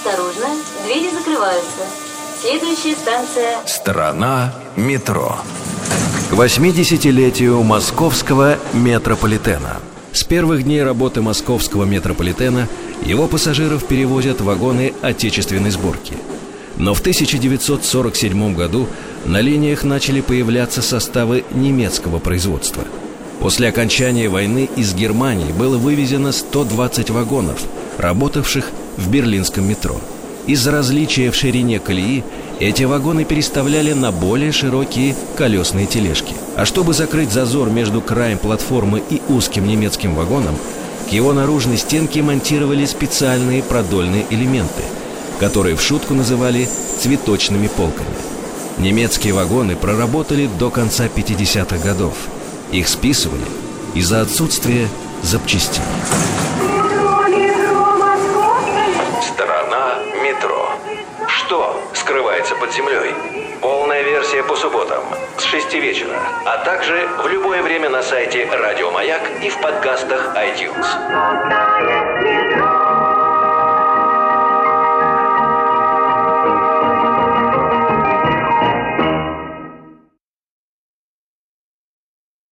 Осторожно, двери закрываются. Следующая станция... Страна метро. К 80-летию московского метрополитена. С первых дней работы московского метрополитена его пассажиров перевозят в вагоны отечественной сборки. Но в 1947 году на линиях начали появляться составы немецкого производства. После окончания войны из Германии было вывезено 120 вагонов, работавших в берлинском метро. Из-за различия в ширине колеи эти вагоны переставляли на более широкие колесные тележки. А чтобы закрыть зазор между краем платформы и узким немецким вагоном, к его наружной стенке монтировали специальные продольные элементы, которые в шутку называли цветочными полками. Немецкие вагоны проработали до конца 50-х годов. Их списывали из-за отсутствия запчастей. Страна метро. Что скрывается под землей? Полная версия по субботам с 6 вечера, а также в любое время на сайте Радио Маяк и в подкастах iTunes.